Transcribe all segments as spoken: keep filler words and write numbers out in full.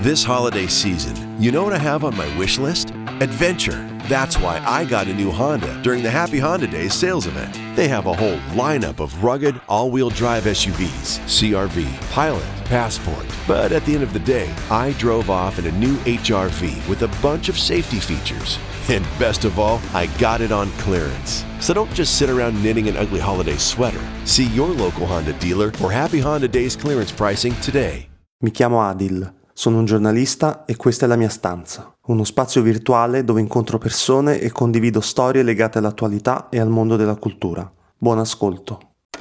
This holiday season, you know what I have on my wish list? Adventure. That's why I got a new Honda during the Happy Honda Days sales event. They have a whole lineup of rugged, all-wheel drive S U Vs, C R V, Pilot, Passport. But at the end of the day, I drove off in a new H R V with a bunch of safety features. And best of all, I got it on clearance. So don't just sit around knitting an ugly holiday sweater. See your local Honda dealer for Happy Honda Days clearance pricing today. Mi chiamo Adil, sono un giornalista e questa è la mia stanza, uno spazio virtuale dove incontro persone e condivido storie legate all'attualità e al mondo della cultura. Buon ascolto.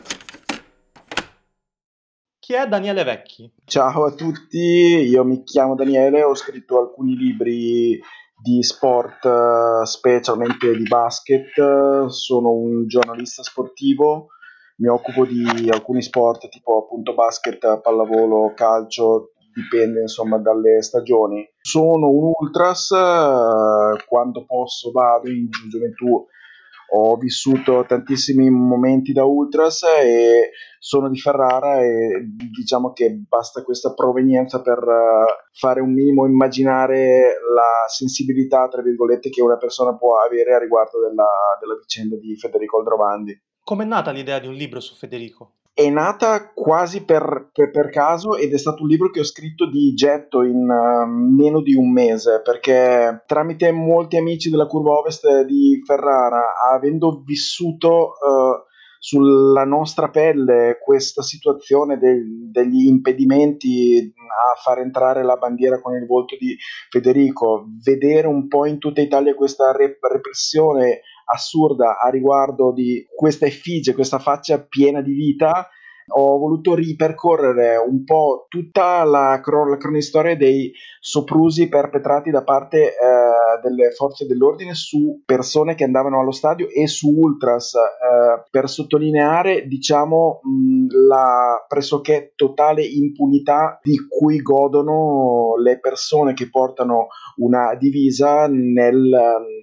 Chi è Daniele Vecchi? Ciao a tutti, io mi chiamo Daniele, ho scritto alcuni libri di sport, specialmente di basket, sono un giornalista sportivo, mi occupo di alcuni sport tipo appunto basket, pallavolo, calcio, dipende insomma dalle stagioni. Sono un ultras, quando posso vado. In gioventù ho vissuto tantissimi momenti da ultras e sono di Ferrara e diciamo che basta questa provenienza per fare un minimo immaginare la sensibilità, tra virgolette, che una persona può avere a riguardo della, della vicenda di Federico Aldrovandi. Com'è nata l'idea di un libro su Federico? È nata quasi per, per, per caso ed è stato un libro che ho scritto di getto in uh, meno di un mese, perché tramite molti amici della curva ovest di Ferrara, avendo vissuto uh, sulla nostra pelle questa situazione del, degli impedimenti a far entrare la bandiera con il volto di Federico, vedere un po' in tutta Italia questa rep- repressione assurda a riguardo di questa effigie, questa faccia piena di vita, ho voluto ripercorrere un po' tutta la, cron- la cronistoria dei soprusi perpetrati da parte eh, delle forze dell'ordine su persone che andavano allo stadio e su ultras, eh, per sottolineare, diciamo, mh, la pressoché totale impunità di cui godono le persone che portano una divisa nel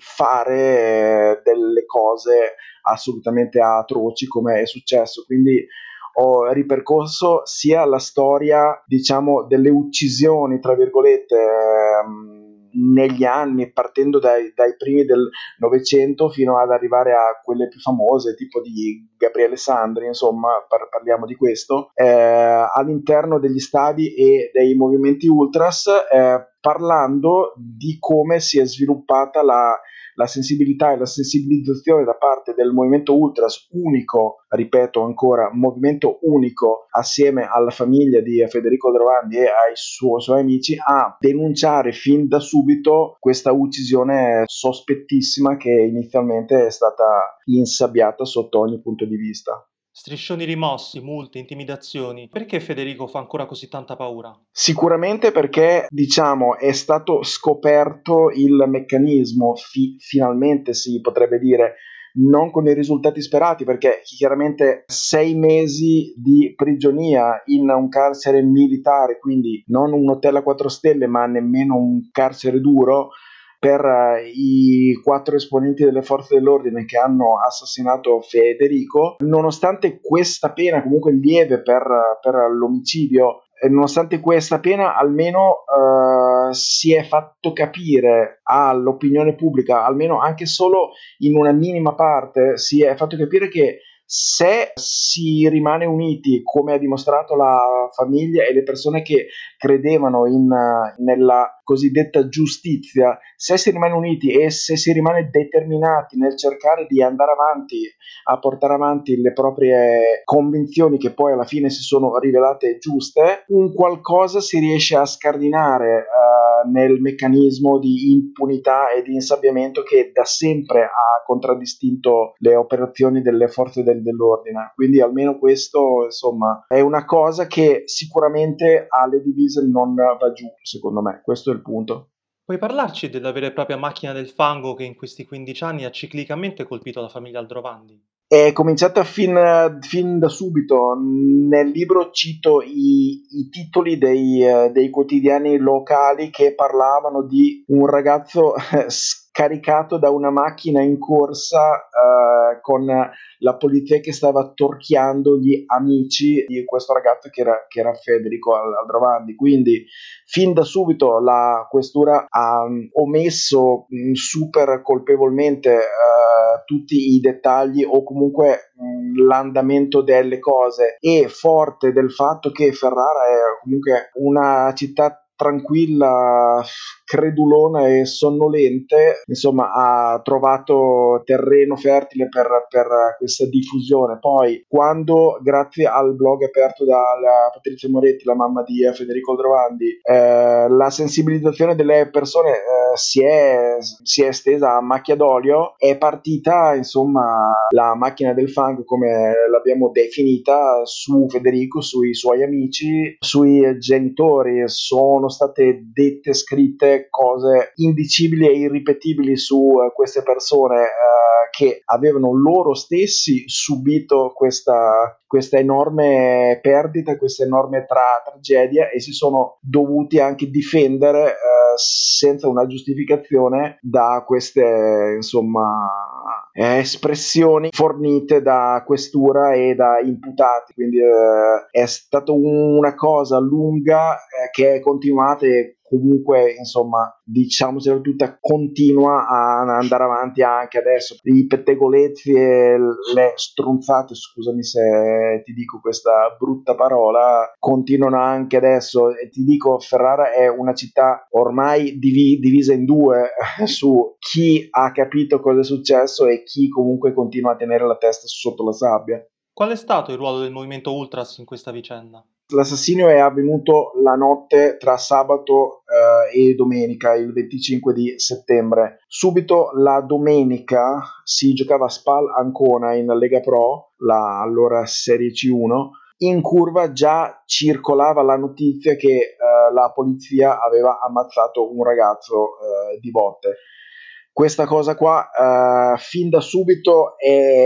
fare delle cose assolutamente atroci come è successo. Quindi ho ripercorso sia la storia, diciamo, delle uccisioni, tra virgolette, ehm, negli anni, partendo dai, dai primi del Novecento fino ad arrivare a quelle più famose, tipo di Gabriele Sandri, insomma, par- parliamo di questo, eh, all'interno degli stadi e dei movimenti ultras, eh, parlando di come si è sviluppata la la sensibilità e la sensibilizzazione da parte del movimento ultras, unico, ripeto ancora, movimento unico assieme alla famiglia di Federico Aldrovandi e ai suoi, suoi amici, a denunciare fin da subito questa uccisione sospettissima che inizialmente è stata insabbiata sotto ogni punto di vista. Striscioni rimossi, multe, intimidazioni. Perché Federico fa ancora così tanta paura? Sicuramente perché, diciamo, è stato scoperto il meccanismo, fi- finalmente si potrebbe dire, non con i risultati sperati, perché chiaramente sei mesi di prigionia in un carcere militare, quindi non un hotel a quattro stelle, ma nemmeno un carcere duro, per uh, i quattro esponenti delle forze dell'ordine che hanno assassinato Federico, nonostante questa pena comunque lieve per, per l'omicidio, e nonostante questa pena almeno uh, si è fatto capire all'opinione pubblica, almeno anche solo in una minima parte, si è fatto capire che se si rimane uniti, come ha dimostrato la famiglia e le persone che credevano in, nella cosiddetta giustizia, se si rimane uniti e se si rimane determinati nel cercare di andare avanti, a portare avanti le proprie convinzioni che poi alla fine si sono rivelate giuste, un qualcosa si riesce a scardinare uh, nel meccanismo di impunità e di insabbiamento che da sempre ha contraddistinto le operazioni delle forze del, dell'ordine. Quindi almeno questo, insomma, è una cosa che sicuramente alle divise non va giù, secondo me. Questo è il punto. Puoi parlarci della vera e propria macchina del fango che in questi quindici anni ha ciclicamente colpito la famiglia Aldrovandi? È cominciata fin, fin da subito. Nel libro cito i, i titoli dei, dei quotidiani locali che parlavano di un ragazzo caricato da una macchina in corsa eh, con la polizia che stava torchiando gli amici di questo ragazzo che era, che era Federico Aldrovandi. Quindi fin da subito la questura ha omesso mh, super colpevolmente uh, tutti i dettagli o comunque mh, l'andamento delle cose, e forte del fatto che Ferrara è comunque una città tranquilla, credulona e sonnolente, insomma ha trovato terreno fertile per, per questa diffusione. Poi quando, grazie al blog aperto da Patrizia Moretti, la mamma di Federico Aldrovandi, eh, la sensibilizzazione delle persone eh, si, è, si è estesa a macchia d'olio, è partita insomma la macchina del fango, come l'abbiamo definita, su Federico, sui suoi amici, sui genitori. Sono state dette, scritte cose indicibili e irripetibili su uh, queste persone uh, che avevano loro stessi subito questa, questa enorme perdita, questa enorme tra- tragedia, e si sono dovuti anche difendere uh, senza una giustificazione da queste insomma eh, espressioni fornite da questura e da imputati. Quindi eh, è stata una cosa lunga eh, che è continuata e comunque insomma diciamocelo tutta, continua a andare avanti anche adesso. I pettegolezzi e le stronzate, scusami se ti dico questa brutta parola, continuano anche adesso. E ti dico, Ferrara è una città ormai divi- divisa in due su chi ha capito cosa è successo e chi comunque continua a tenere la testa sotto la sabbia. Qual è stato il ruolo del movimento Ultras in questa vicenda? L'assassinio è avvenuto la notte tra sabato eh, e domenica, il venticinque di settembre. Subito la domenica si giocava a Spal Ancona in Lega Pro, la allora Serie C uno. In curva già circolava la notizia che eh, la polizia aveva ammazzato un ragazzo eh, di botte. Questa cosa qua uh, fin da subito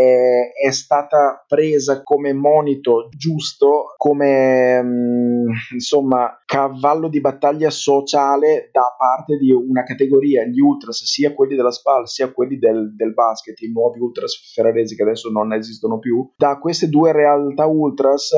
è, è stata presa come monito giusto, come um, insomma cavallo di battaglia sociale da parte di una categoria, gli ultras, sia quelli della Spal sia quelli del, del basket, i nuovi ultras ferraresi che adesso non esistono più. Da queste due realtà ultras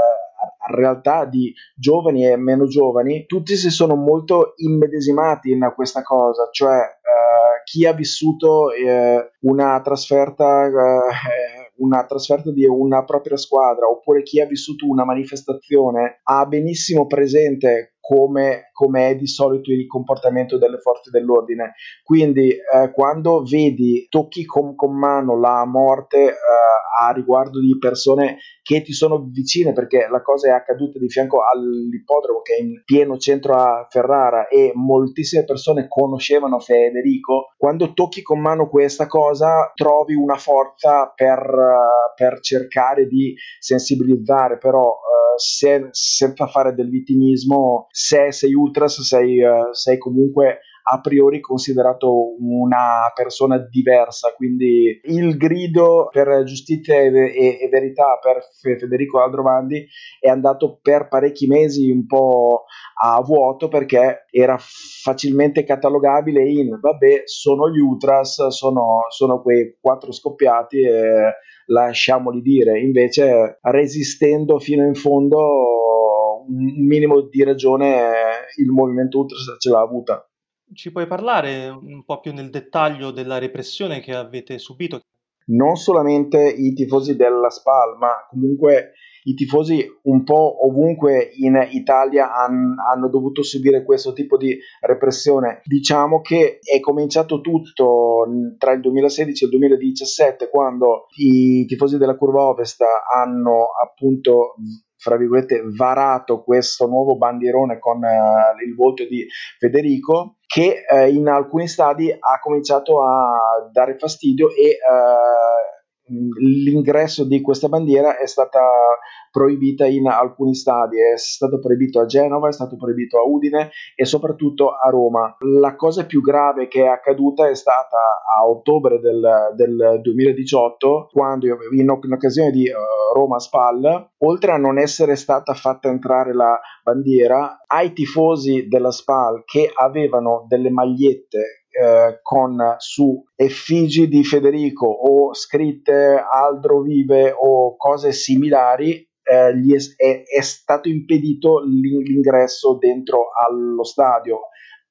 uh, realtà di giovani e meno giovani, tutti si sono molto immedesimati in questa cosa, cioè uh, chi ha vissuto eh, una trasferta eh, una trasferta di una propria squadra, oppure chi ha vissuto una manifestazione, ha benissimo presente come, come è di solito il comportamento delle forze dell'ordine. Quindi eh, quando vedi, tocchi con, con mano la morte eh, a riguardo di persone che ti sono vicine, perché la cosa è accaduta di fianco all'ippodromo che è in pieno centro a Ferrara e moltissime persone conoscevano Federico, quando tocchi con mano questa cosa trovi una forza per, per cercare di sensibilizzare, però uh, se, senza fare del vittimismo. Se sei ultras sei, uh, sei comunque a priori considerato una persona diversa, quindi il grido per giustizia e, e, e verità per Federico Aldrovandi è andato per parecchi mesi un po' a vuoto, perché era facilmente catalogabile in vabbè, sono gli ultras, sono, sono quei quattro scoppiati e lasciamoli dire. Invece resistendo fino in fondo un minimo di ragione il movimento ultras ce l'ha avuta. Ci puoi parlare un po' più nel dettaglio della repressione che avete subito? Non solamente i tifosi della Spal, ma comunque i tifosi un po' ovunque in Italia han, hanno dovuto subire questo tipo di repressione. Diciamo che è cominciato tutto tra il duemilasedici e il duemiladiciassette, quando i tifosi della Curva Ovest hanno appunto, fra virgolette, varato questo nuovo bandierone con uh, il volto di Federico, che eh, in alcuni stadi ha cominciato a dare fastidio e eh, l'ingresso di questa bandiera è stata proibita in alcuni stadi. È stato proibito a Genova, è stato proibito a Udine e soprattutto a Roma. La cosa più grave che è accaduta è stata a ottobre del, del duemiladiciotto, quando in, in occasione di uh, Roma Spal, oltre a non essere stata fatta entrare la bandiera, ai tifosi della Spal che avevano delle magliette eh, con su effigi di Federico o scritte Aldro vive o cose similari, eh, gli è, è, è stato impedito l'ingresso dentro allo stadio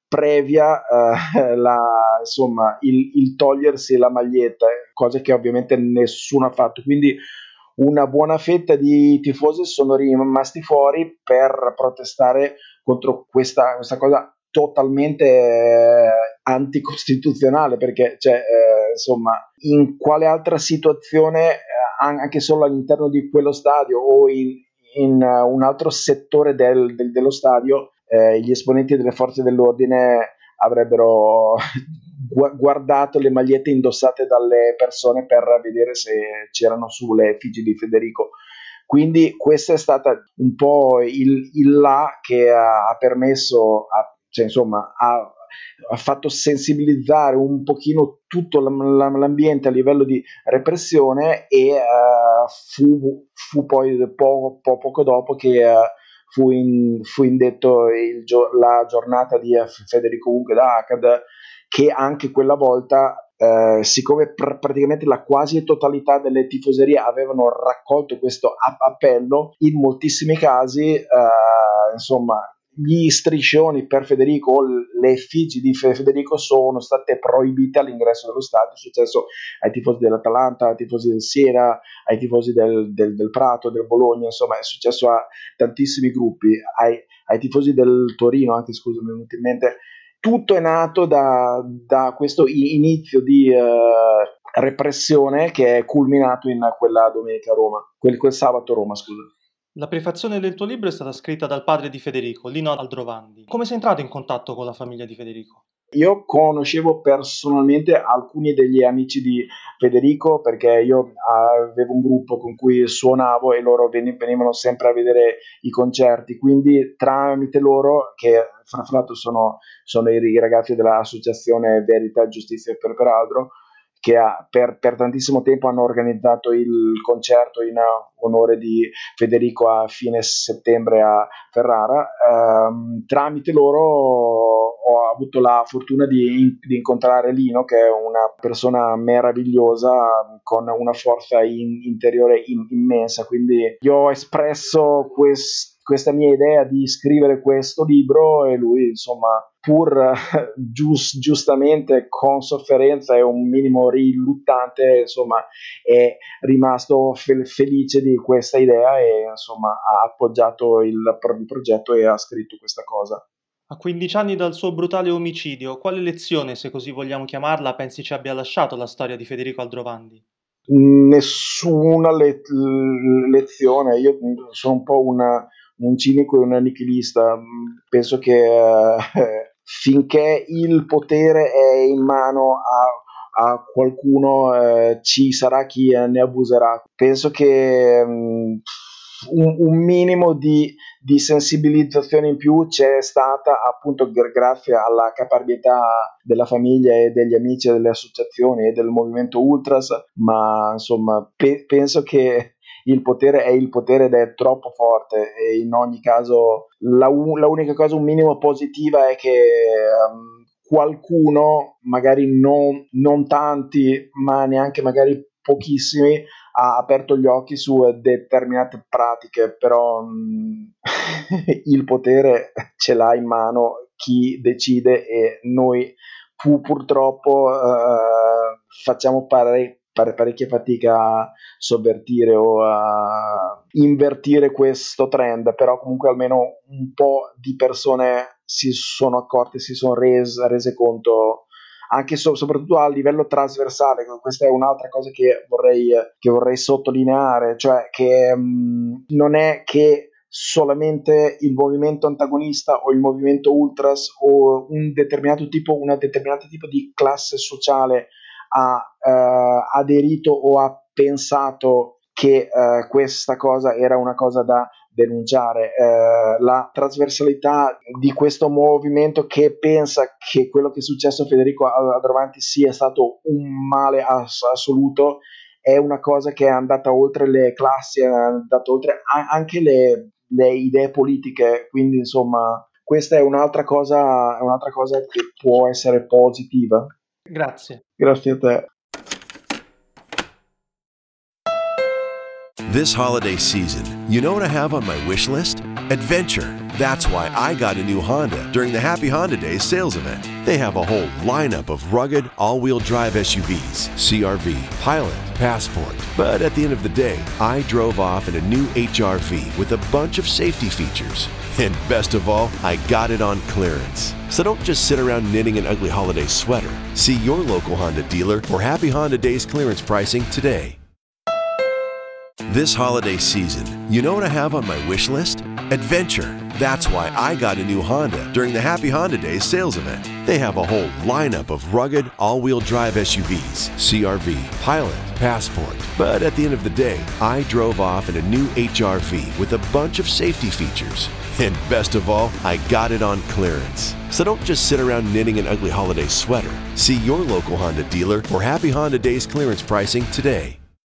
previa eh, la, insomma, il, il togliersi la maglietta, cosa che ovviamente nessuno ha fatto. Quindi una buona fetta di tifosi sono rimasti fuori per protestare contro questa, questa cosa totalmente eh, anticostituzionale, perché cioè, eh, insomma, in quale altra situazione, eh, anche solo all'interno di quello stadio o in, in uh, un altro settore del, del, dello stadio, eh, gli esponenti delle forze dell'ordine avrebbero gu- guardato le magliette indossate dalle persone per vedere se c'erano sulle effigi di Federico. Quindi questo è stato un po' il, il là che ha, ha permesso, a, cioè insomma, ha, ha fatto sensibilizzare un pochino tutto l'ambiente a livello di repressione e uh, fu, fu poi po- po- poco dopo che uh, fu, in, fu indetto il, la giornata di Federico Unge da A C A D, che anche quella volta, eh, siccome pr- praticamente la quasi totalità delle tifoserie avevano raccolto questo app- appello, in moltissimi casi, eh, insomma, gli striscioni per Federico, le effigi di Federico sono state proibite all'ingresso dello stadio. È successo ai tifosi dell'Atalanta, ai tifosi del Siena, ai tifosi del, del, del Prato, del Bologna, insomma è successo a tantissimi gruppi, ai, ai tifosi del Torino, anche scusami, mi è venuto in mente. Tutto è nato da, da questo inizio di uh, repressione che è culminato in quella domenica a Roma, quel, quel sabato a Roma, scusa. La prefazione del tuo libro è stata scritta dal padre di Federico, Lino Aldrovandi. Come sei entrato in contatto con la famiglia di Federico? Io conoscevo personalmente alcuni degli amici di Federico perché io avevo un gruppo con cui suonavo e loro venivano sempre a vedere i concerti, quindi tramite loro, che fra l'altro sono, sono i ragazzi dell'associazione Verità e Giustizia per Peraltro, che ha, per, per tantissimo tempo hanno organizzato il concerto in onore di Federico a fine settembre a Ferrara. Ehm, tramite loro ho avuto la fortuna di, di incontrare Lino, che è una persona meravigliosa con una forza in, interiore in, immensa, quindi io ho espresso quest, questa mia idea di scrivere questo libro e lui insomma pur giust, giustamente con sofferenza e un minimo riluttante insomma è rimasto fel- felice di questa idea e insomma ha appoggiato il, il progetto e ha scritto questa cosa. A quindici anni dal suo brutale omicidio, quale lezione, se così vogliamo chiamarla, pensi ci abbia lasciato la storia di Federico Aldrovandi? Nessuna le- lezione, io sono un po' una, un cinico e un nichilista, penso che eh, finché il potere è in mano a, a qualcuno eh, ci sarà chi ne abuserà. Penso che um, un, un minimo di, di sensibilizzazione in più c'è stata appunto g- grazie alla caparbietà della famiglia e degli amici e delle associazioni e del movimento Ultras, ma insomma pe- penso che il potere è il potere ed è troppo forte e in ogni caso la, un- la unica cosa un minimo positiva è che um, qualcuno, magari non, non tanti, ma neanche magari pochissimi, ha aperto gli occhi su determinate pratiche, però mh, il potere ce l'ha in mano chi decide e noi pu- purtroppo eh, facciamo pare- pare- parecchia fatica a sovvertire o a invertire questo trend, però comunque almeno un po' di persone si sono accorte, si sono res- rese conto anche so- soprattutto a livello trasversale. Questa è un'altra cosa che vorrei, che vorrei sottolineare, cioè che mh, non è che solamente il movimento antagonista o il movimento ultras o un determinato tipo, una determinata tipo di classe sociale ha eh, aderito o ha pensato che eh, questa cosa era una cosa da denunciare. Eh, la trasversalità di questo movimento che pensa che quello che è successo a Federico Aldrovandi sia stato un male ass- assoluto è una cosa che è andata oltre le classi, è andata oltre a- anche le, le idee politiche, quindi insomma questa è un'altra cosa, è un'altra cosa che può essere positiva. Grazie. Grazie a te. This holiday season, you know what I have on my wish list? Adventure. That's why I got a new Honda during the Happy Honda Days sales event. They have a whole lineup of rugged, all-wheel drive S U Vs, C R V, Pilot, Passport. But at the end of the day, I drove off in a new H R V with a bunch of safety features. And best of all, I got it on clearance. So don't just sit around knitting an ugly holiday sweater. See your local Honda dealer for Happy Honda Days clearance pricing today. This holiday season, you know what I have on my wish list? Adventure. That's why I got a new Honda during the Happy Honda Days sales event. They have a whole lineup of rugged, all-wheel drive S U Vs, C R V, Pilot, Passport. But at the end of the day, I drove off in a new H R V with a bunch of safety features. And best of all, I got it on clearance. So don't just sit around knitting an ugly holiday sweater. See your local Honda dealer for Happy Honda Days clearance pricing today.